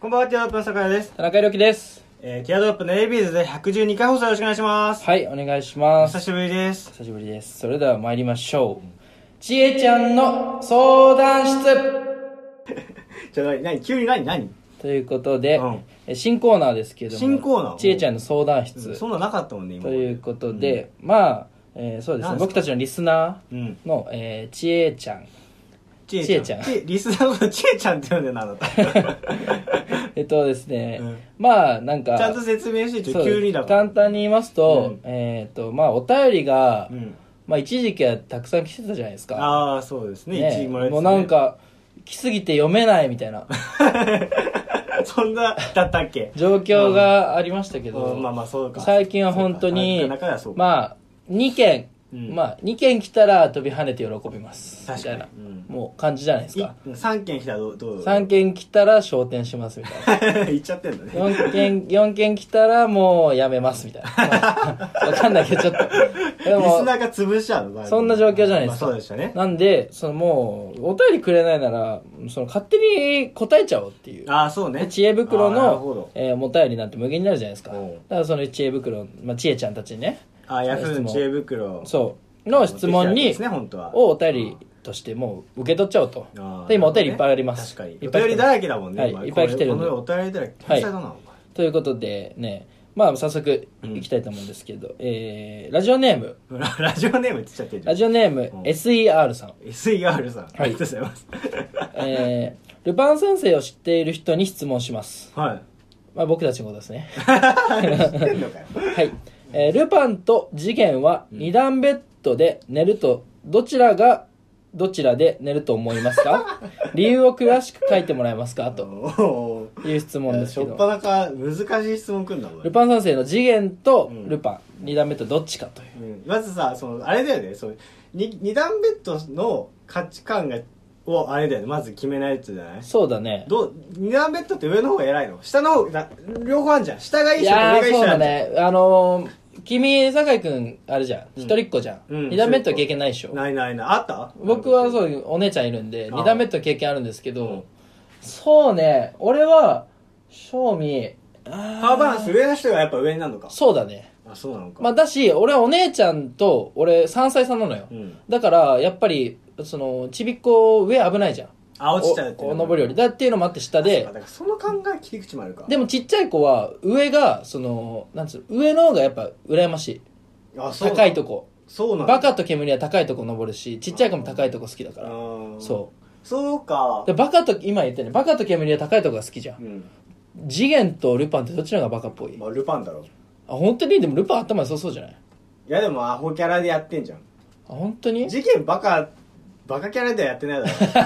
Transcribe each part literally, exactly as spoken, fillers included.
んばんは、ティアドロップの坂谷です。 田中裕樹です。 えー、ティアドロップの エービーズでひゃくじゅうにかい放送よろしくお願いします。 はい、お願いします。 お久しぶりです。 久しぶりです。それでは参りましょう。ちえちゃんの相談室ちょ、なに、なに、急になに、なにということで、 うん、 新コーナーですけども、 新コーナーちえちゃんの相談室、 うん、そんななかったもんね、今。 ということで、うん、まあ、えー、そうですね、僕たちのリスナーの、うん、えー、ちえちゃん。 ちえちゃん。ちえ、リスナーのことちえちゃんって呼んでなのえっとですね、うん、まあなんかちゃんと説明してちょ急にだから簡単に言いますと、うん、えっとまあお便りが、うん、まあ一時期はたくさん来てたじゃないですか。 ああそうですね。 ね、 一時もらえてね、もうなんか来すぎて読めないみたいなそんなだったっけ状況がありましたけど、 うん、まあまあそうか。 最近は本当にまあにけん、うん、まあにけん来たら飛び跳ねて喜びますみたいな、うん、もう感じじゃないですか。 さんけん来たらどうどうさんけん来たら昇天しますみたいな言っちゃってんだね。 よんけんよんけん来たらもうやめますみたいなわかんないけどちょっとでもリスナーが潰しちゃうのそんな状況じゃないですか、 まあ、そうでしたね。 なんでそのもうお便りくれないならその勝手に答えちゃおうっていう。 ああそうね。 知恵袋の、えー、お便りなんて無限になるじゃないですか。だからその知恵袋、まあ、知恵ちゃんたちにね、 あヤフーの知恵袋そうの質問に、 ね、本当はをお便りとしてもう受け取っちゃおうと。で今お便りいっぱいあります。 確かにお便りだらけだもんね。 はい、いっぱい来てるんで。 このお便りだらけ天才だな、はい、 ということでね、まあ早速いきたいと思うんですけど、うん、えー、ラジオネームラジオネームって言っちゃってるじゃん。 ラジオネーム、うん、エスイーアール さんエスイーアール さん、はい、ありがとうございます。 えー、ルパン三世を知っている人に質問します。 はい。 まあ僕たちのことですね。 知ってんのかよ。 はい、えー、ルパンと次元は二段ベッドで寝るとどちらがどちらで寝ると思いますか？理由を詳しく書いてもらえますかという質問ですけど、 しょっぱなか難しい質問くんだもん。 ルパン三世の次元とルパン、うん、二段ベッドどっちかという、 うん、まずさそのあれだよね、そう 2, 二段ベッドの価値観がをあれだよね、まず決めないやつじゃない？ そうだね。 どう二段ベッドって上の方が偉いの？下の方が両方あるじゃん。下がいい人と上がいい人あるじゃん。いやーそうだね。 あのー君、酒井くん、あれじゃん。一、うん、人っ子じゃん。うん、二段ベッド経験ないでしょ。 ないないない。あった？ 僕はそう、お姉ちゃんいるんで、二段ベッド経験あるんですけど、うん、そうね、俺は、正味、 パワーバランス上の人がやっぱ上になるのか。 そうだね。 あ、そうなのか。 まあ、だし、俺はお姉ちゃんと、俺さんさい差なのよ。うん、だから、やっぱり、その、ちびっこ上危ないじゃん。 あ、落ちちゃうっていうお登りよりだっていうのもあって下で、 だからその考え切り口もあるか。 でもちっちゃい子は上がそのなんつう上の方がやっぱ羨ましい。 あ、そう高いとこ。 そうなんバカと煙は高いとこ登るし、ちっちゃい子も高いとこ好きだから。そうそうか。 でバカと今言ってね、バカと煙は高いとこが好きじゃん、うん、次元とルパンってどっちの方がバカっぽい？ まあルパンだろ。 あ、本当に？でもルパン頭良さそうじゃない？ いやでもアホキャラでやってんじゃん。あ、 本当に？ 次元バカバカキャラではやってないだ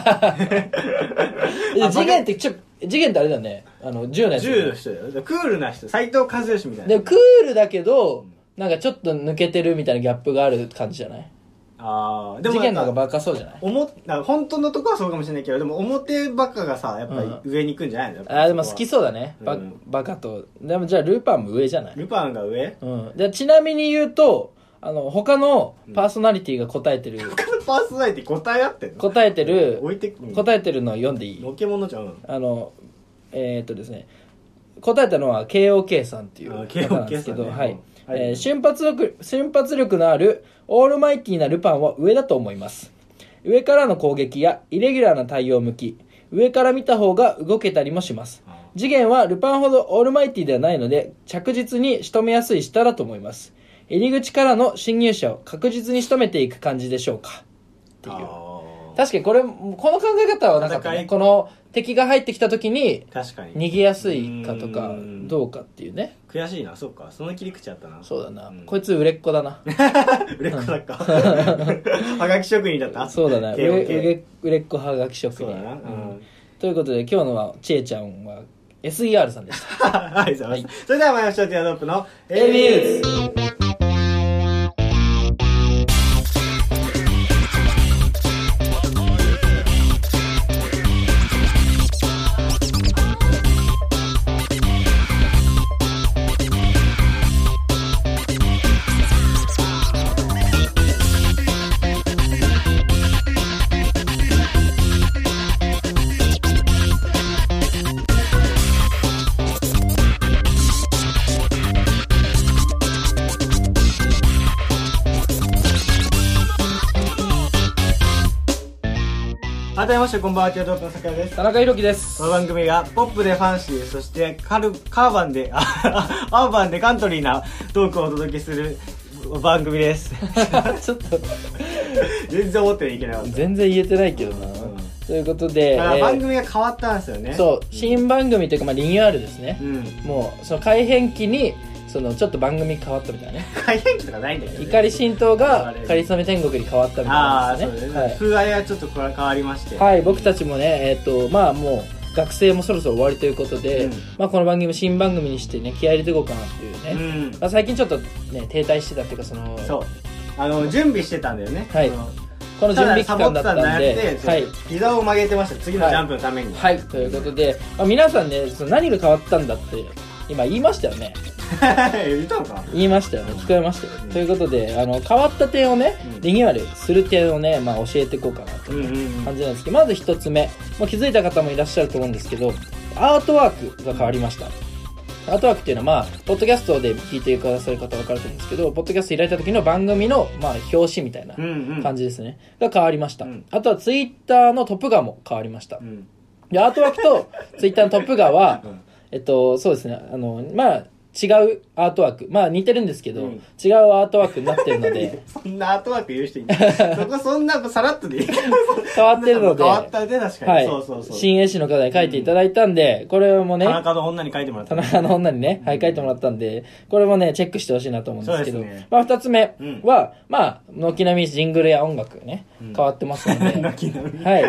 ろ。次元ってちょ次元ってあれだね、あの銃のやつ、 銃の人だよ。クールな人、斎藤和義みたいな。 でもクールだけどなんかちょっと抜けてるみたいなギャップがある感じじゃない？ ああ、 でも次元の方がバカそうじゃない？ おもなんか本当のとこはそうかもしれないけど、でも表バカがさやっぱり上に行くんじゃないの？うん、 ああでも好きそうだね、バ、うん、バカと。でもじゃあルパンも上じゃない？ ルパンが上？ うん。でちなみに言うと。あの他のパーソナリティが答えてる、うん、 他のパーソナリティ答え合ってんの？ 答えてる、 置いて、うん、答えてるのを読んでいい？ のけものじゃん。 あのえー、っとですね答えたのは ケーオーケー さんっていう方なんですけど、ね、はい、はい、えー、瞬発力瞬発力のあるオールマイティーなルパンは上だと思います。上からの攻撃やイレギュラーな対応向き、上から見た方が動けたりもします。次元はルパンほどオールマイティーではないので着実に仕留めやすい下だと思います。入り口からの侵入者を確実に仕留めていく感じでしょうかっていう。確かにこれこの考え方はなかったね。この敵が入ってきた時に逃げやすいかとかどうかっていうね。 悔しいな。そうか、その切り口あったな。 そうだな、うん、こいつ売れっ子だな。 売れっ子だっか。はがき職人だった。 そうだな、売れ、売れっ子はがき職人。 そうだな、うん、 ということで今日のはちえちゃんは エスイーアール さんでした。 ありがとうございます、はい、それでは参りましょう。ティアドロップのエービー ユーズ。 改めましてこんばんは、ティアドロップの坂井です。 田中裕樹です。 この番組がポップでファンシー、そしてカルカーバンであアーバンでカントリーなトークをお届けする番組ですちょっと全然思ってはいけなかった。 全然言えてないけどな、うん、ということで、 だから番組が変わったんですよね、 えー、そう新番組というか、まあ、リニューアルですね、うん、もうその改編期にそのちょっと番組変わったみたいなね。 改編期とかないんだけど、ね、 怒り神道がかりそめ天国に変わったみたいなですね。ああ、そうですね、はい、 風合いがちょっと変わりまして、 はい、僕たちもね、えっとまあもう学生もそろそろ終わりということで、うん、まあ、この番組新番組にしてね気合い入れていこうかなっていうね、うん、まあ、最近ちょっとね停滞してたっていうか、そのそうあの準備してたんだよね、 はい、この準備期間だったんで、 はい、膝を曲げてました、次のジャンプのために。 はい、はい、ということで、まあ、皆さんね、その何が変わったんだって今言いましたよね言ったのか言いましたよね、聞こえましたよ、うん、ということで、あの変わった点をね、うん、リニューアルする点をね、まあ、教えていこうかなという感じなんですけど、まず一つ目、もう気づいた方もいらっしゃると思うんですけど、アートワークが変わりました。アートワークっていうのは、まあ、ポッドキャストで聞いてくださる方は分かると思うんですけど、ポッドキャスト開いた時の番組の、まあ、表紙みたいな感じですね、うんうん、が変わりました、うん、あとはツイッターのトップ画も変わりました、うん、でアートワークとツイッターのトップ画は、うん、えっとそうですね、あのまあ違うアートワーク、まあ似てるんですけど、うん、違うアートワークになってるのでそんなアートワーク言う人いないそこそんなさらっとでいい変わってるので、 変わったね、確かに、はい、そうそうそう、 新絵師の方に書いていただいたんで、うん、これもね、 田中の女に書いてもらった、 田中の女にね、はい、書いてもらったんで、これもねチェックしてほしいなと思うんですけど、ね、まあ二つ目は、うん、まあ軒並みジングルや音楽ね、うん、変わってますので軒並み、 はい、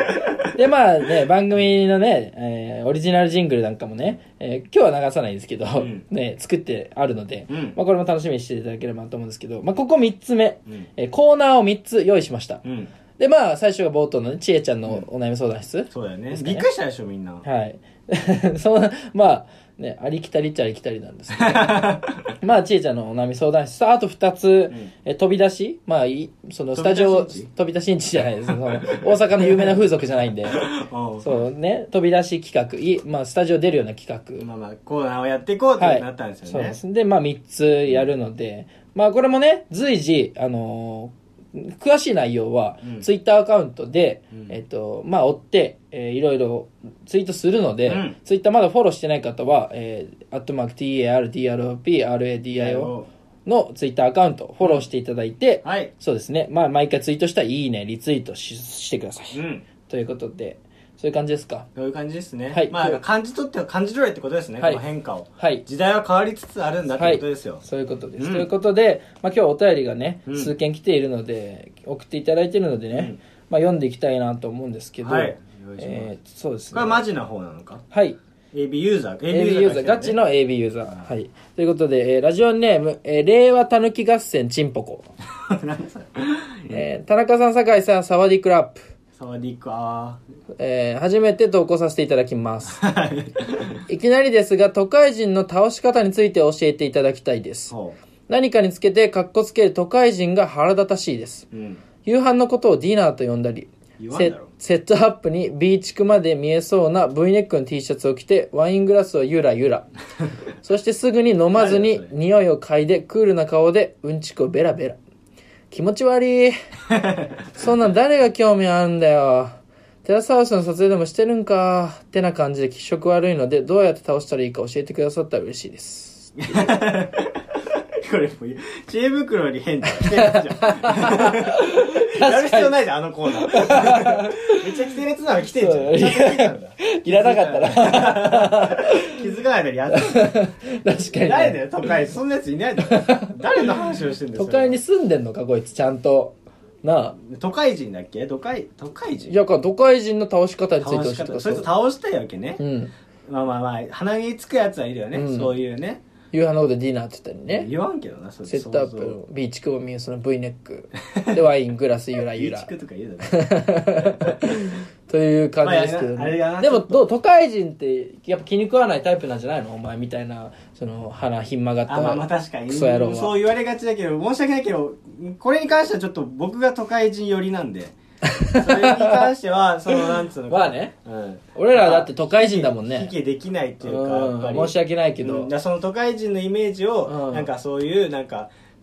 でまあね、番組のね、えー、オリジナルジングルなんかもね、えー、今日は流さないんですけど、うん、ね、作ってあるので、うん、まあ、これも楽しみにしていただければと思うんですけど、まあ、ここみっつめ、うん、えー、コーナーをみっつ用意しました、うん、でまあ最初が冒頭のね、ちえちゃんのお悩み相談室、 うん、そうだよね、びっくりしたでしょみんな、 はいそのまあね、ありきたりっちゃありきたりなんですけどまあちえちゃんのお悩み相談室と、あとふたつ、うん、え飛び出し、まあいそのスタジオ飛び出しんちじゃないですその大阪の有名な風俗じゃないんでそうね、飛び出し企画い、まあ、スタジオ出るような企画、 まあまあコーナーをやっていこうってなったんですよね、はい、そうですで、まあみっつやるので、うん、まあこれもね随時あのー詳しい内容は、うん、ツイッターアカウントで、うん、えっと、まあ、追って、えー、いろいろツイートするので、うん、ツイッターまだフォローしてない方は、えー、アットマーク ティーエーアールディーアールオーピーアールエーディーアイオー のツイッターアカウントフォローしていただいて、うん、はい、そうですね。まあ、毎回ツイートしたらいいね、リツイート し, してください、うん。ということで、そういう感じですか。 そういう感じですね。はい。まあ、感じ取っては感じ取れってことですね、はい、この変化を。はい。時代は変わりつつあるんだってことですよ。はい、そういうことです。うん、ということで、まあ今日お便りがね、うん、数件来ているので、送っていただいているのでね、うん、まあ読んでいきたいなと思うんですけど、はい。えー、そうですね。これはマジな方なのか？ はい。 エービー ユーザー、 エービー ユーザー、ガチの エービー ユーザー。はい。ということで、えー、ラジオネーム、えー、令和たぬき合戦チンポコ。何それえー、田中さん、酒井さん、サワディクラップ。 サワディカー、えー、初めて投稿させていただきますいきなりですが都会人の倒し方について教えていただきたいです。何かにつけてカッコつける都会人が腹立たしいです、うん、夕飯のことをディナーと呼んだりセ, セットアップに ビーチクまで見えそうな V ネックの T シャツを着てワイングラスをゆらゆらそしてすぐに飲まずに匂いを嗅いでクールな顔でうんちくをベラベラ。気持ち悪いそんなん誰が興味あるんだよ。テラスハウスの撮影でもしてるんかってな感じで気色悪いので、どうやって倒したらいいか教えてくださったら嬉しいですこれもう知恵袋に変じゃん。やる必要ないじゃん、あのコーナーめっちゃキテレツなの来てんじゃん。 いらなかったら気づかないのにやって確かに、ね、 誰だよ都会、そんなやついないだろ誰の話をしてんだよ。 都会に住んでんのかこいつちゃんとなあ。 都会人だっけ？都会都会人。 いやか都会人の倒し方について教えてください。 そいつ倒したいわけね、うん、まあまあまあ鼻につくやつはいるよね、うん、そういうね。 夕飯のことディナーって言ったりね。 言わんけどな、それセットアップのビーチクを見るその V ネックでワイングラスゆらゆらビーチクとか言うだろという感じですけどね、まあ、でもどう都会人ってやっぱ気に食わないタイプなんじゃないのお前みたいなその鼻ひん曲がったあ、まあ、まあ確かにクソ野郎はそう言われがちだけど申し訳ないけどこれに関してはちょっと僕が都会人寄りなんでそれに関してはそのなんつうのかまあね、うん、俺らだって都会人だもんね。 引きできないっていうか、 うん、やっぱり申し訳ないけど、 うん、その都会人のイメージを、うん、なんかそういうなんか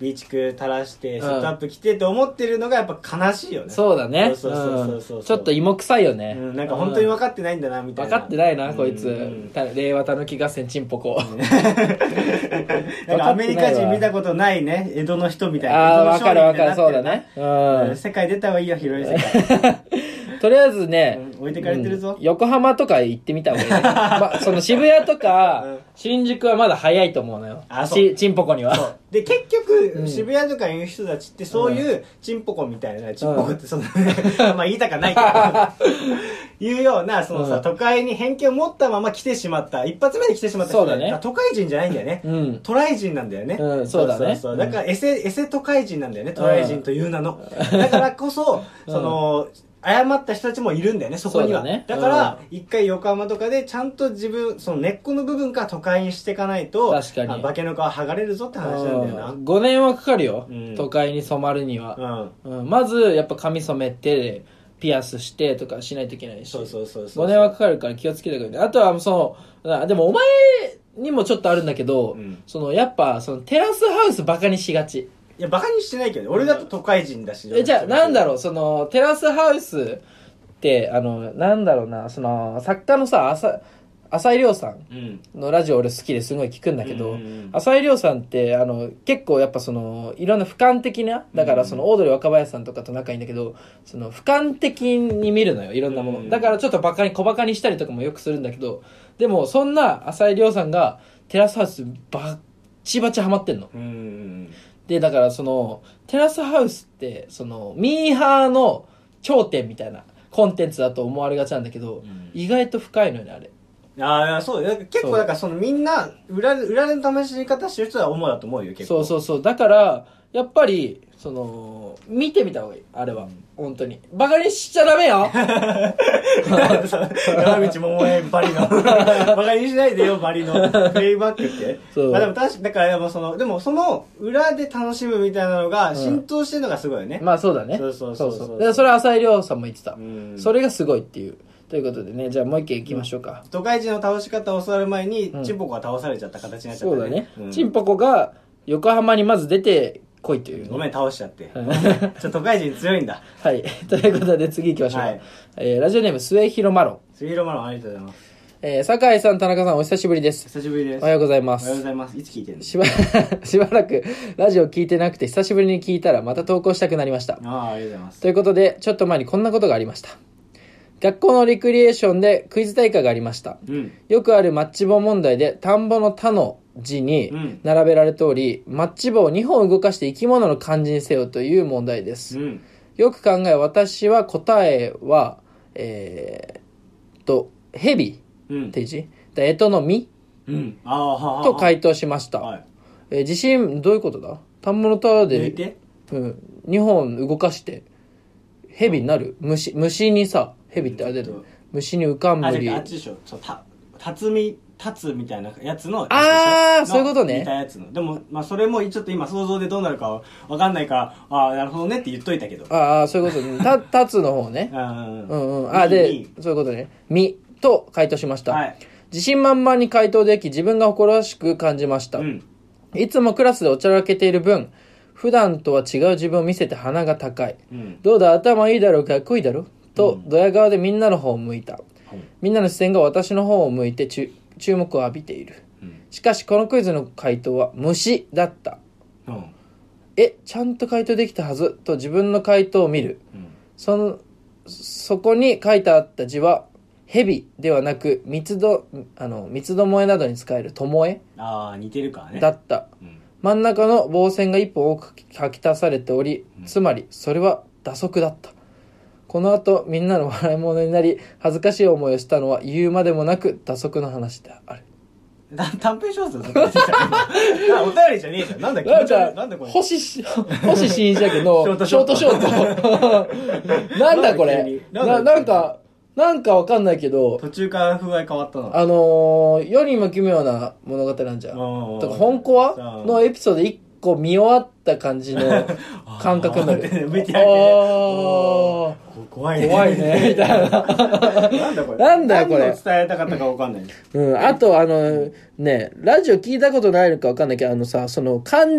ビーチク垂らしてセットアップ着てって思ってるのがやっぱ悲しいよね。 そうだね。 そうそうそうそう、うん、 ちょっと芋臭いよね、 うん、なんか本当に分かってないんだなみたいな。 分かってないなこいつ、うん、令和たぬき合戦チンポコなんかアメリカ人見たことないね江戸の人みたいな。 ああ分かる分かる、そうだね、 うん、世界出た方がいいよ、広い世界とりあえずね、 うん、置いてかれてるぞ、 うん、横浜とか行ってみた方がいいねまあその渋谷とか、うん、新宿はまだ早いと思うのよ。あ、そう、チンポコには。そうで結局、うん、渋谷とかいう人たちってそういうチンポコみたいな、チンポコってその、うん、まあ言いたかないけどいうようなそのさ、うん、都会に偏見を持ったまま来てしまった一発目で来てしまった人だ、ね、都会人じゃないんだよね、うん、トライ人なんだよね、 うん、そうだね。 そうそうそう、だからエセ、エセ都会人なんだよね、トライ人という名の、うん、だからこそその、うん謝った人たちもいるんだよね、そこには。だね、だから、一、うん、回横浜とかでちゃんと自分、その根っこの部分から都会にしていかないと、 確かに。 化けの皮剥がれるぞって話なんだよな。 ごねんはかかるよ、うん、都会に染まるには。うんうん、まず、やっぱ髪染めて、ピアスしてとかしないといけないし。 そうそうそうそう。 ごねんはかかるから気をつけてくれね。あとは、その、でもお前にもちょっとあるんだけど、うん、その、やっぱ、その、テラスハウスバカにしがち。 いや、バカにしてないけど、俺だと都会人だし。 え、じゃあ、なんだろう、その、テラスハウスって、あの、なんだろうな、その、作家のさ、浅、浅井亮さんのラジオ俺好きですごい聞くんだけど、うん、浅井亮さんって、あの、結構やっぱその、いろんな俯瞰的な、だからその、オードリー若林さんとかと仲いいんだけど、その、俯瞰的に見るのよ、いろんなもの。うん、だからちょっとバカに、小バカにしたりとかもよくするんだけど、でも、そんな浅井亮さんが、テラスハウスバッチバチハマってんの。うんで、だからその、テラスハウスって、その、ミーハーの頂点みたいなコンテンツだと思われがちなんだけど、うん、意外と深いのよね、あれ。 ああ、そう。結構、だからそのみんな、裏で、裏での試し方してる人は思うだと思うよ、結構。 そうそうそう。だから、やっぱり、その、見てみた方がいい、あれは。うん、本当に。バカにしちゃダメよ山口百恵バリの。バカにしないでよ、バリの。プレイバックって。そう。まあでも確か、だからもうその、でもその、裏で楽しむみたいなのが浸透してるのがすごいよね。 うん、まあそうだね。 そうそうそうそう。 そうそう。それは浅井亮さんも言ってた。うん、それがすごいっていう。ということでね、じゃあもう一件いきましょうか。 うん、都会人の倒し方を教わる前に、うん、チンポコが倒されちゃった形になっちゃったね。 そうだね。うん、チンポコが横浜にまず出て、来いという、ね、 ごめん倒しちゃってちょっと都会人強いんだはいということで次行きましょう、はいえー、ラジオネーム末広マロン末広マロンありがとうございます、 えー、酒井さん田中さんお久しぶりです。 久しぶりです。 おはようございます。 おはようございます。いつ聞いてるの？ しばしばらくラジオ聞いてなくて久しぶりに聞いたらまた投稿したくなりました。 ああ、ありがとうございます。 ということでちょっと前にこんなことがありました。学校のレクリエーションでクイズ大会がありました、うん、よくあるマッチ棒問題で田んぼの田の字に並べられており、うん、マッチ棒をにほん動かして生き物の漢字にせよという問題です、うん、よく考え私は答えはえー、と蛇って字、うん、えとの実、うん、あははと回答しました、はいえー、自信どういうことだ。田んぼの田で、うん、にほん動かして蛇になる、虫虫にさ蛇ってあれだよ、虫に浮かんむり。 あ、あっちでしょ。そう、た、たつみ、たつみたいなやつの。 ああ、そういうことね。 似たやつの。でも、まあ、それもちょっと今想像でどうなるかわかんないから、ああ、なるほどねって言っといたけど。 ああ、そういうことね。た、たつの方ね。うんうん。あ、で、そういうことね。み、と回答しました。はい。自信満々に回答でき、自分が誇らしく感じました。うん。いつもクラスでおちゃらけている分、普段とは違う自分を見せて鼻が高い。うん。どうだ、頭いいだろう、かっこいいだろと、ドヤ顔でみんなの方を向いた、うん、みんなの視線が私の方を向いて注目を浴びている、うん、しかしこのクイズの回答は虫だった、うん、え、ちゃんと回答できたはずと自分の回答を見る、うん、そのそこに書いてあった字は蛇ではなく三つどあの三つどもえなどに使えるともえあー似てるからねだった、うん、真ん中の棒線が一本多く書き足されており、うん、つまりそれは打足だった。この後みんなの笑い物になり恥ずかしい思いをしたのは言うまでもなく打足の話である。 短編小説だったお便りじゃねえじゃん。なんだっけなんかなんだこれ星星新一だけどショートショートなんだこれ な, なんかなんかわかんないけど途中から風合い変わったの。 あのー、世にも奇妙な物語なんじゃん。とか本コアのエピソードいっこ見終わった感じの感覚になる。あ怖いね。 怖いね。みたいな。 なんだこれ。 なんだよこれ。 何を伝えたかったかわかんない。 うん。あとあの、ね、ラジオ聞いたことないのかわかんないけど、あのさ、その漢字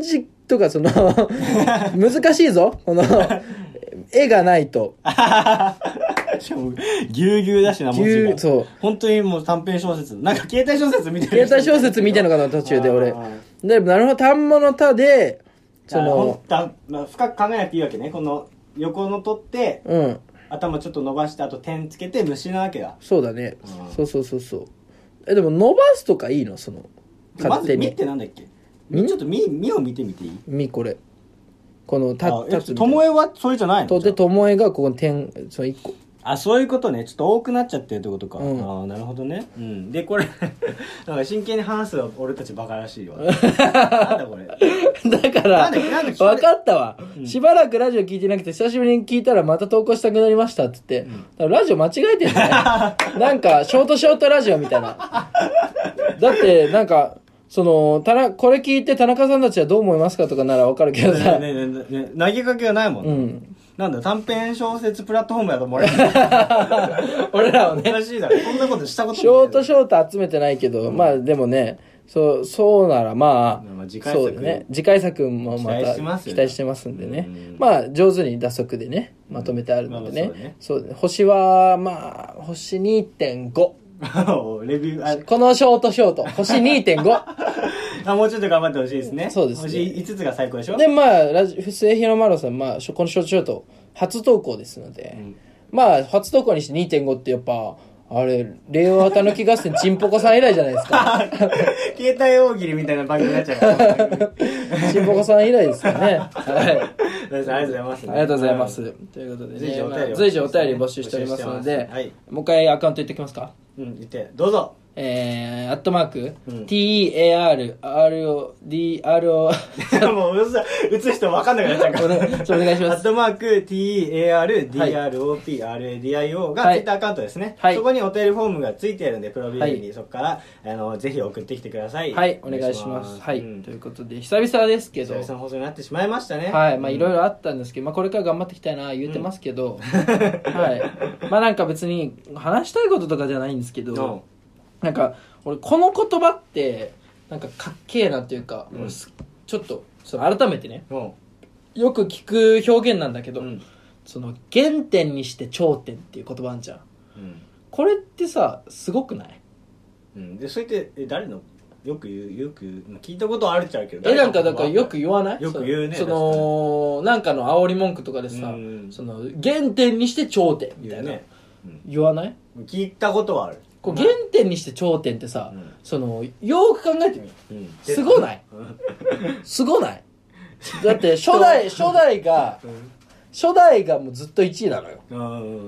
とかその難しいぞこの絵がないとしかもぎゅうぎゅうだしな文字がそう本当にもう短編小説なんか携帯小説みたいな携帯小説みたいなのかな途中で俺でなるほど単語の他でそのだ、まあ、深く考えなくていいわけねこの横の取って、うん、頭ちょっと伸ばしてあと点つけて虫なわけだそうだね、うん、そうそうそうそうえでも伸ばすとかいいのその勝手にまず「み」ってなんだっけみちょっとみ「み」を見てみていいみこれこのた立つともえはそれじゃないのとでともえがここに点そのいっこあそういうことねちょっと多くなっちゃってるってことか、うん、あなるほどね、うん、でこれなんか真剣に話すの俺たちバカらしいわなんだこれだから分かったわ、うん、しばらくラジオ聞いてなくて久しぶりに聞いたらまた投稿したくなりましたって言って、うん、ラジオ間違えてるねなんかショートショートラジオみたいなだってなんかそのたなこれ聞いて田中さんたちはどう思いますかとかなら分かるけどさ、ねねねね、投げかけがないもん、ね、うんなんだ短編小説プラットフォームやと思われる俺らはねらしいだろこんなことしたことないショートショート集めてないけど、うん、まあでもねそうそうならまあ、まあ、次回作そうね次回作もまた期待してます、ね、期待してますんでね、うん、まあ上手に打足でねまとめてあるのでね、うんまあ、そうねそうね星はまあ星 にてんご レビューあこのショートショート星 にてんごあもうちょっと頑張ってほしいですねそうですね星いつつが最高でしょでまあラジ末広マロさん、まあ、このショートショート初投稿ですので、うん、まあ初投稿にして にてんご ってやっぱあれ令和たぬき合戦チンポコさん以来じゃないですか携帯大喜利みたいな番組になっちゃうからチンポコさん以来ですかねはいありがとうございます、 ね、ありがとうございます、うん、ということでね随時お便り募集しておりますので、はい、もう一回アカウント言っておきますかうん言ってどうぞえー、アットマーク、うん、ティー エー アール アール オー ディー アール オーもう打つ人分かんなくなっちゃうからお願いしますアットマーク ティー エー アール ディー アール オー ピー アール エー ディー アイ オー が Twitter アカウントですね、はい、そこにお便りフォームがついているのでプロフィールにそこから、はい、あのぜひ送ってきてくださいはいお願いしますはい、うん、ということで久々ですけど久々の放送になってしまいましたねはいまあいろいろあったんですけど、まあ、これから頑張っていきたいな言ってますけど、うん、はいまあなんか別に話したいこととかじゃないんですけど、うんなんか俺この言葉ってなんかかっけえなっていうか、うん、ちょっとその改めてね、うん、よく聞く表現なんだけど、うん、その原点にして頂点っていう言葉あんじゃん、うん、これってさすごくない、 うん、でそれってえ誰のよく言うよく聞いたことあるっちゃうけどえなんかだからよく言わないよく言うねそのなんかの煽り文句とかでさ、うん、その原点にして頂点みたいな言う、ねうん、言わない聞いたことはあるこう原点にして頂点ってさ、うん、そのよーく考えてみよう、うん、すごないすごないだって初代初代が、うん、初代がもうずっといちいなのよ、うん、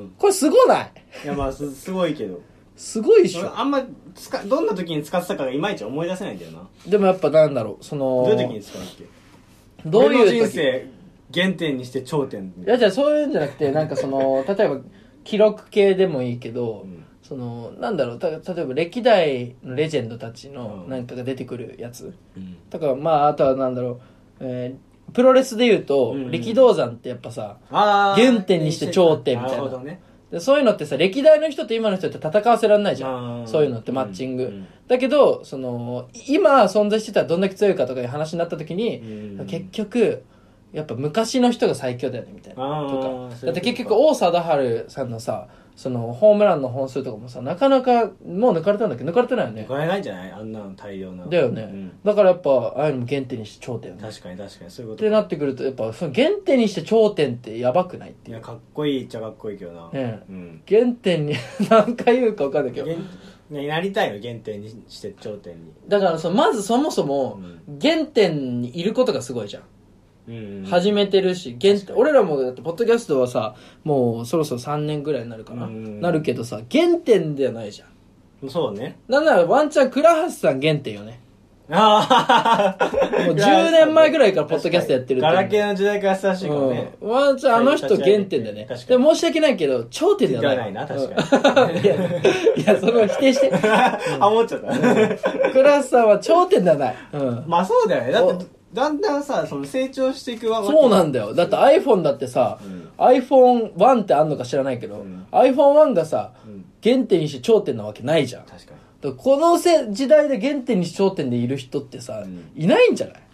これすごないいやまあ す, すごいけどすごいっしょあんま使どんな時に使ってたかがいまいち思い出せないんだよなでもやっぱなんだろうそのどういう時に使うんだっけどういう俺の人生原点にして頂点いやじゃあそういうんじゃなくてなんかその例えば記録系でもいいけど、うんそのなんだろうた例えば歴代のレジェンドたちのなんかが出てくるやつ、うん、だからまああとはなんだろう、えー、プロレスでいうと、うんうん、力道山ってやっぱさ原点にして頂点みたい な, な、ね、でそういうのってさ歴代の人と今の人って戦わせられないじゃんそういうのってマッチング、うんうん、だけどその今存在してたらどんだけ強いかとかいう話になった時に、うんうん、結局やっぱ昔の人が最強だよねみたいなとかだって結局王貞治さんのさそのホームランの本数とかもさなかなかもう抜かれたんだけど抜かれてないよね抜かれないんじゃないあんなの大量なだよね、うん、だからやっぱああいうのも原点にして頂点よね確かに確かにそういうことってなってくるとやっぱその原点にして頂点ってやばくないっていういやかっこいいっちゃかっこいいけどな、 ねうん、原点に何回言うか分かんないけどなりたいの原点にして頂点にだからそまずそもそも原点にいることがすごいじゃんうんうん、始めてるし俺らもだってポッドキャストはさもうそろそろさんねんぐらいになるかな、うん、なるけどさ原点ではないじゃんそうねなんならワンチャン倉橋さん原点よねああもうじゅうねんまえぐらいからポッドキャストやってるってガラケーの時代から親しいからね、 うん、ワンチャンあの人原点だねでも申し訳ないけど頂点ではないないな確かに、 うん、いやいやそれは否定して、うん、 あ思っちゃった、うん、 倉橋さんは頂点ではない、うん、 まあそうだよねだってだんだんさその成長していくわけそうなんだよだって iPhone だってさ、うん、アイフォンワン ってあんのか知らないけど、うん、アイフォンワン がさ、うん、原点にして頂点なわけないじゃん確かにだからこのせ時代で原点にして頂点でいる人ってさ、うん、いないんじゃない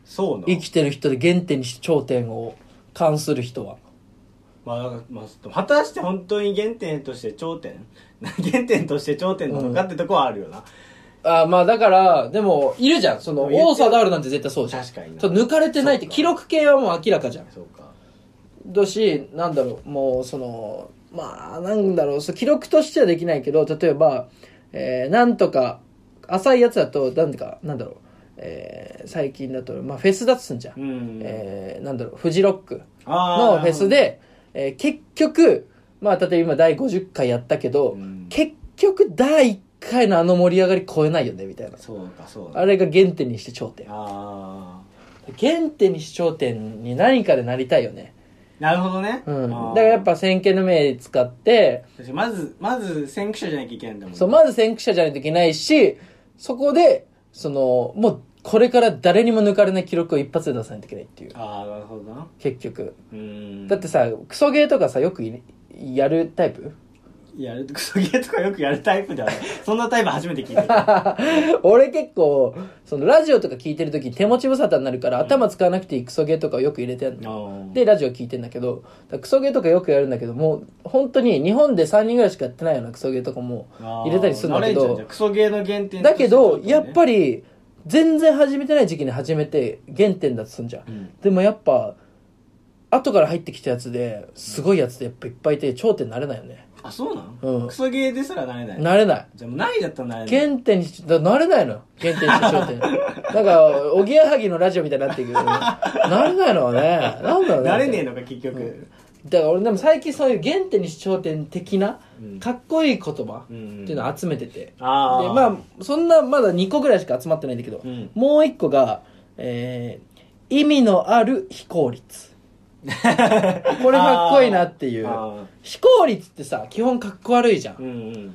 そうな生きてる人で原点にして頂点を冠する人は。 まあ、まあ、果たして本当に原点として頂点原点として頂点なのかってとこはあるよな、 うん、あまあだからでもいるじゃんその王貞治なんて絶対そうじゃん。 確かにな。 抜かれてないって記録系はもう明らかじゃん。 そうかだしなんだろうもうそのまあなんだろうそ記録としてはできないけど例えば、えー、なんとか浅いやつだとなんでかなんだろう、えー、最近だと、まあ、フェスだとすんじゃん、うんえー、なんだろうフジロックのフェスで、えー、結局まあ例えば今だいごじゅっかいやったけど、うん、結局だいいっかいのあの盛り上がり超えないよねみたいな。 そうかそうあれが原点にして頂点。 あ原点にして頂点に何かでなりたいよね。 なるほどね、 うん、だからやっぱ先見の明使ってまずまず先駆者じゃなきゃいけないんだもんね。 そうまず先駆者じゃないといけないしそこでそのもうこれから誰にも抜かれない記録を一発で出さないといけないっていう。 ああなるほどな。 結局うーんだってさクソゲーとかさよくやるタイプやるクソゲーとかよくやるタイプではないそんなタイプ初めて聞いてる俺結構そのラジオとか聞いてる時に手持ち無沙汰になるから、うん、頭使わなくていいクソゲーとかをよく入れてやるのでラジオ聞いてんだけどクソゲーとかよくやるんだけどもう本当に日本でさんにんぐらいしかやってないようなクソゲーとかも入れたりするんだけどクソゲーの原点だけどやっぱり全然始めてない時期に始めて原点だとすんじゃん、うん、でもやっぱ後から入ってきたやつですごいやつでやっぱいっぱいいて頂点になれないよね。 あ、そうなの、 うん、 クソゲーですらなれない。 なれない。 じゃあもう何位だったらなれない。 原点にし、だなれないのよ。原点にして頂点。なんか、おぎやはぎのラジオみたいになってるけど、なれないのはね。なんだろうね。 なれねえのか、結局。うん、 だから俺でも最近そういう原点にして頂点的な、かっこいい言葉っていうのを集めてて。うんうん、で、まあ、そんなまだにこぐらいしか集まってないんだけど、うん、もういっこが、えー、意味のある非効率。これかっこいいなっていう。非効率ってさ基本かっこ悪いじゃん、うんうん、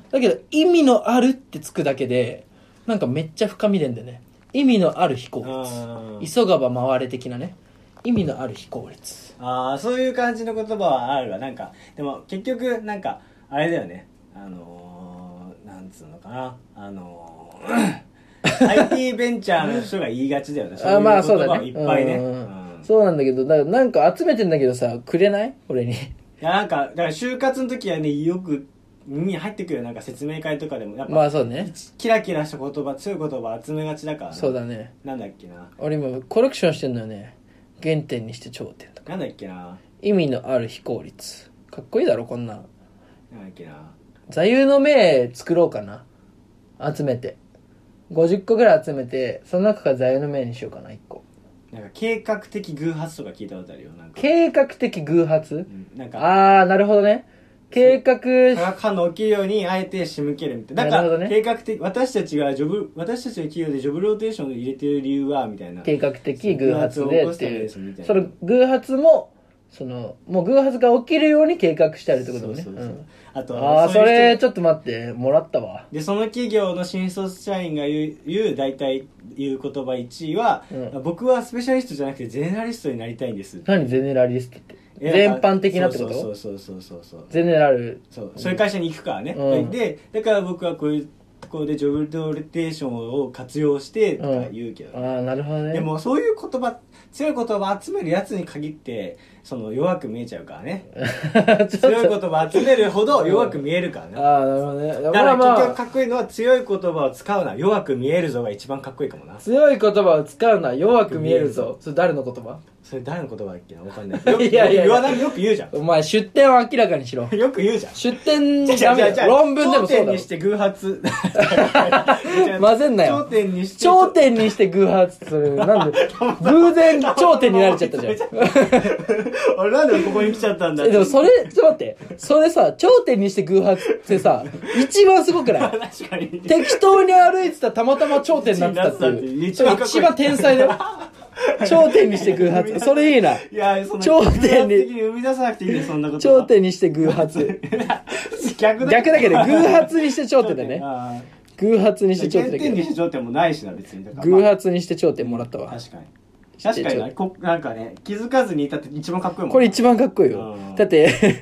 だけど意味のあるってつくだけでなんかめっちゃ深み出んでね。意味のある非効率、急がば回れ的なね。意味のある非効率。 ああそういう感じの言葉はあるわ。なんかでも結局なんかあれだよね。あのー、なんつうのかなあのー、アイティー ベンチャーの人が言いがちだよね。そういう言葉はいっぱいね。 そうなんだけど、だからなんか集めてんだけどさ、くれない俺に。いや、なんか、だから就活の時はね、よく耳に入ってくるよ。なんか説明会とかでも。やっぱまあそうね。 キラキラした言葉、強い言葉集めがちだから、ね。 そうだね。 なんだっけな。 俺今コレクションしてんのよね。原点にして頂点とか。 なんだっけな。 意味のある非効率。かっこいいだろ、こんなん。 なんだっけな。 座右の銘作ろうかな。集めて。ごじゅっこぐらい集めて、その中から座右の銘にしようかな、いっこ。 なんか計画的偶発とか聞いたことあるよ。なんか計画的偶発、うん、 なんかああなるほどね。計画化学反応起きるようにあえて仕向けるみたいな。だから、ね、計画的私たちがジョブ私たちの企業でジョブローテーションを入れてる理由はみたいな。 計画的偶発でっていう。その偶発もそのもう偶発が起きるように計画してあるってことね。そうそうそう、うん、あとああそれちょっと待ってもらったわ。 でその企業の新卒社員が言う言う大体言う言葉いちいは、うん、僕はスペシャリストじゃなくてゼネラリストになりたいんです。 何ゼネラリストって？全般的なってこと？ そうそうそうそうそう。 ゼネラル。 そう。そういう会社に行くからね。うん、でだから僕はこういうところでジョブローテーションを活用してとか言うけど、ね、 うん、ああなるほどね。 でもそういう言葉強い言葉集めるやつに限ってその弱く見えちゃうからね強い言葉集めるほど弱く見えるからね、うん、 ああなるほどね。 だから結局かっこいいのは強い言葉を使うな弱く見えるぞが一番かっこいいかもな。 強い言葉を使うな弱く見えるぞ。それ誰の言葉？ それ誰の言葉だっけなわかんない。よくいやいや言わないよく言うじゃん。 お前出典を明らかにしろ。 よく言うじゃん。 出典ダメだ。論文でもそうだろ。 頂点にして偶発混ぜんなよ。 頂点にして頂点にして偶発。それなんで偶然頂点になれちゃったじゃん。 俺なんでここに来ちゃったんだって。 でもそれちょっと待って。それさ頂点にして偶発ってさ一番すごくない？ 確かに。 適当に歩いてたたまたま頂点になってたっていう。一番天才だよ。頂点にして偶発。それいいな。いや、その頂点に。 に生み出さなくていいね、そんなこと。 頂点にして偶発。逆だ。逆だけど、偶発にして頂点だね。偶発にして頂点だけど。 原点にして頂点もないしな、別に。 偶発にして頂点もらったわ。 確かに。確かにな、こなんかね、気づかずにいたって一番かっこいいもん。 これ一番かっこいいよ。だって、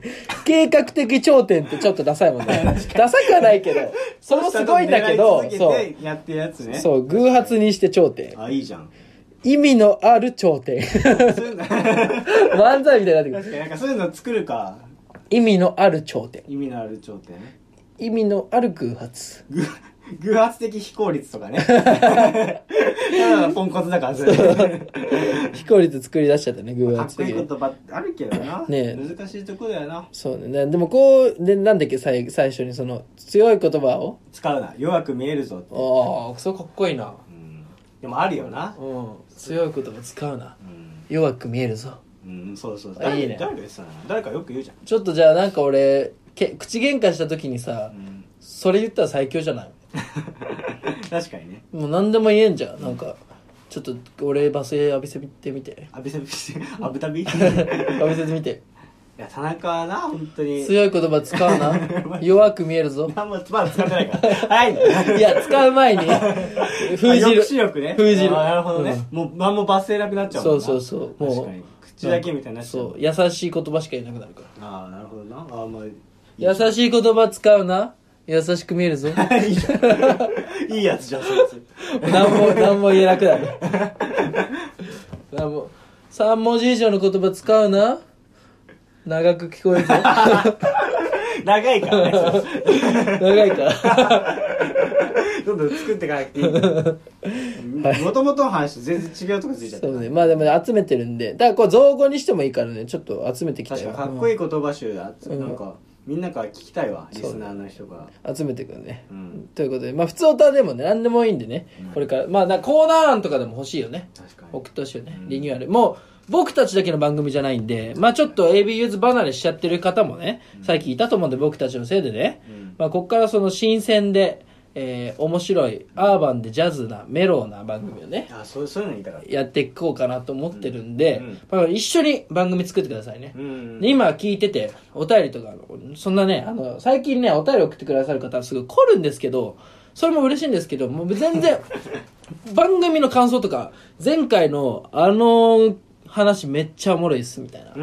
計画的頂点ってちょっとダサいもんね。ダサくはないけど、それもすごいんだけど、 そう。やってるやつね。 そう、偶発にして頂点。 あ、いいじゃん。 意味のある頂点漫才みたいになってくる。 確かになんかそういうの作るか。 意味のある頂点。 意味のある頂点。 意味のある偶発。 偶発的非効率とかね。ポンコツだからそれ。 非効率作り出しちゃったね、偶発的に。 かっこいい言葉あるけどな。ね、難しいとこだよな。 そうね。でもこうでなんだっけ最最初にその強い言葉を使うな。弱く見えるぞって。 ああ、そうかっこいいな。 うん、でもあるよな。 うん。強い言葉使うな。うん、弱く見えるぞ。 うん、そうそう。誰いいね。誰さ、誰かよく言うじゃん。 ちょっとじゃあなんか俺け口喧嘩した時にさ、うん、それ言ったら最強じゃない？ 確かにね。 もう何でも言えんじゃん。なんかちょっと俺罵声浴びせてみて。 浴びせて浴びたび？ 浴びせてみて。 いや田中はな本当に強い言葉使うな。弱く見えるぞ。 何もまだ使ってないから。はい。 いや使う前に封じる。 抑止力ね。 封じる。 なるほどね。うん、もう何も罰声なくなっちゃうもんな。 そうそうそう。 もう確かに口だけみたいになっちゃう。 そう優しい言葉しか言えなくなるから。ああなるほどな。ああまあ優しい言葉使うな。優しく見えるぞ。 いいやつじゃんそいつ。 何も何も言えなくなる。何も三文字以上の言葉使うな。長く聞こえるぞ。 長いからね。 長いから。 どんどん作っていかなくていい。もともとの話と全然違うとこついちゃった。 そうね。まあでも、ね、集めてるんで、だからこれ造語にしてもいいからね、ちょっと集めてきたよ。 確かかっこいい言葉集だ。うん、なんか。みんなから聞きたいわリスナーの人が集めてくるね、うん、ということでまあ普通オタでもね何でもいいんでね、うん、これからまあなコーナー案とかでも欲しいよね。 確かに送ってほしいよね、うん、リニューアルもう僕たちだけの番組じゃないんでまあちょっと エービー ユーズ離れしちゃってる方もね、うん、最近いたと思うんで僕たちのせいでね、うん、まあこっからその新鮮でえー、面白いアーバンでジャズなメローな番組をね、 あそうそういうの言いたかったやっていこうかなと思ってるんで、うんうんまあ、一緒に番組作ってくださいね、 うんうん、 で今聞いててお便りとかそんなねあの最近ねお便り送ってくださる方はすごい来るんですけどそれも嬉しいんですけどもう全然番組の感想とか前回のあの話めっちゃおもろいっすみたいな、 うん、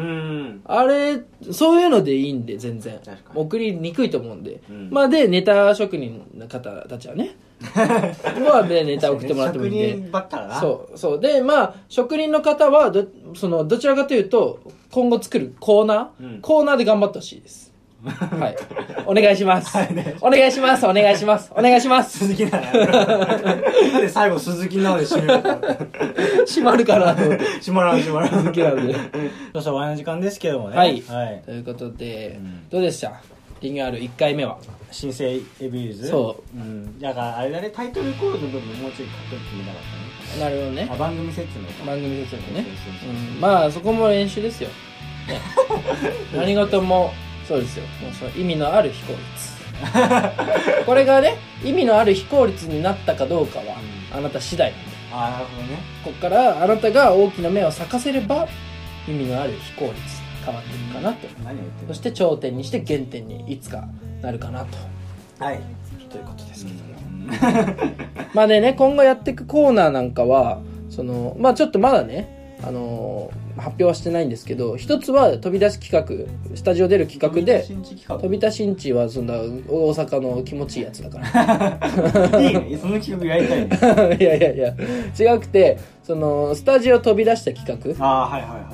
あれそういうのでいいんで全然送りにくいと思うんで、うん、まあでネタ職人の方たちはねまあでネタ送ってもらってもいいんで職人ばっかだなそうそうでまあ職人の方は ど, そのどちらかというと今後作るコーナー、うん、コーナーで頑張ってほしいですはいお願いします、はいね、お願いしますお願いしますお願いします鈴木ななんで最後鈴木なので締めるか閉まるかなと思って閉まらん閉まらん鈴木なんでそしたら終わりの時間ですけどもねはい、はい、ということで、うん、どうでしたリニューアルいっかいめは新生エビューズそう、 うん、だからあれだねタイトルコールの部分もうちょいかっこよく決めたかったねなるほどねあ番組説明番組説明ねまあそこも練習ですよ、ね、何事もそうですよもうその意味のある非効率これがね意味のある非効率になったかどうかは、うん、あなた次第なんであなるほどねこっからあなたが大きな目を咲かせれば意味のある非効率変わっていくかなと、 うん、何言ってるそして頂点にして原点にいつかなるかなとはいということですけども、うん、まあでね今後やっていくコーナーなんかはそのまあちょっとまだねあのー、発表はしてないんですけど一つは飛び出し企画スタジオ出る企画で飛び出しんちはそんな大阪の気持ちいいやつだからいいねその企画やりたい、ね、 いやいやいや違くてそのスタジオ飛び出した企画あ、はいはいはい、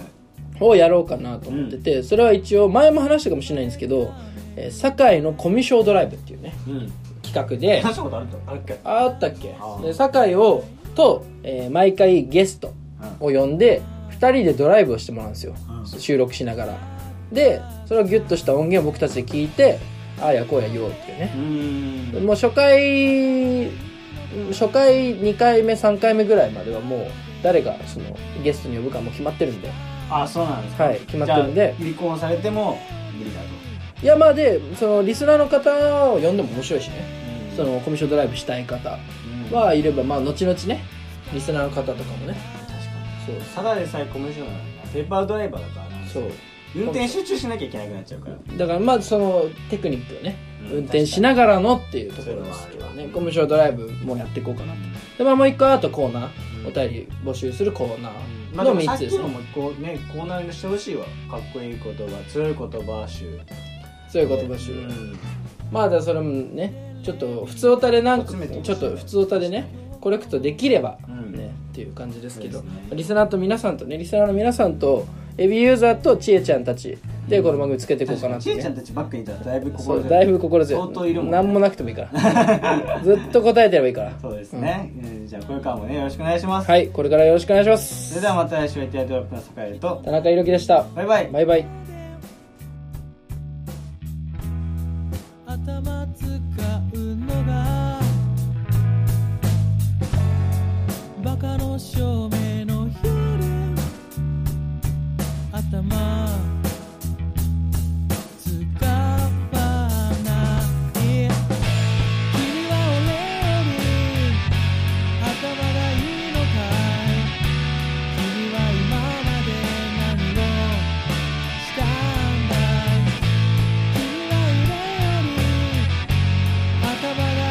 をやろうかなと思ってて、うん、それは一応前も話したかもしれないんですけど、えー、堺のコミュ障ドライブっていうね、うん、企画で話したことあるあっけあったっけで堺をと、えー、毎回ゲストを呼んでふたりでドライブをしてもらうんですよ、うん、収録しながらでそれをギュッとした音源を僕たちで聞いてああやこうや言おうっていうねうんもう初回初回にかいめさんかいめぐらいまではもう誰がそのゲストに呼ぶかも決まってるんであそうなんですかはい決まってるんで離婚されても無理だといやまあでそのリスナーの方を呼んでも面白いしねそのコミュ障ドライブしたい方はいればまあ後々ねリスナーの方とかもねそうただでさえコミュ障なんだペーパードライバーだからなそう運転集中しなきゃいけなくなっちゃうからだからまあそのテクニックをね、うん、運転しながらのっていうところですけどねコミュ障ドライブもやっていこうかなとで、まあ、もう一個あとコーナー、うん、お便り募集するコーナーのみっつですね、まあ、 さっきのもこうねコーナーにしてほしいわかっこいい言葉強い言葉集強い言葉集、うん、まあだからそれもねちょっと普通オタでなんかちょっと普通オタでねコレクトできれば、うん、ねっていう感じですけど、ね、リスナーと皆さんとねリスナーの皆さんとエビユーザーとちえちゃんたちでこの番組つけていこうかなって、ね、 ちえちゃんたちばっかりいたらだいぶ心強い。 そうだいぶ心強い。相当いるもん、ね、何もなくてもいいからずっと答えてればいいから。 そうですね、うんえー、じゃあこれからもねよろしくお願いします。 はい、これからよろしくお願いします。 それではまた来週はティアドロップの坂井と田中裕樹でした。 バイバイバイバイ。 頭使うのがバカの照明の夜、頭使わない君は俺より頭がいいのかい。君は今まで何をしたんだい。君は俺より頭が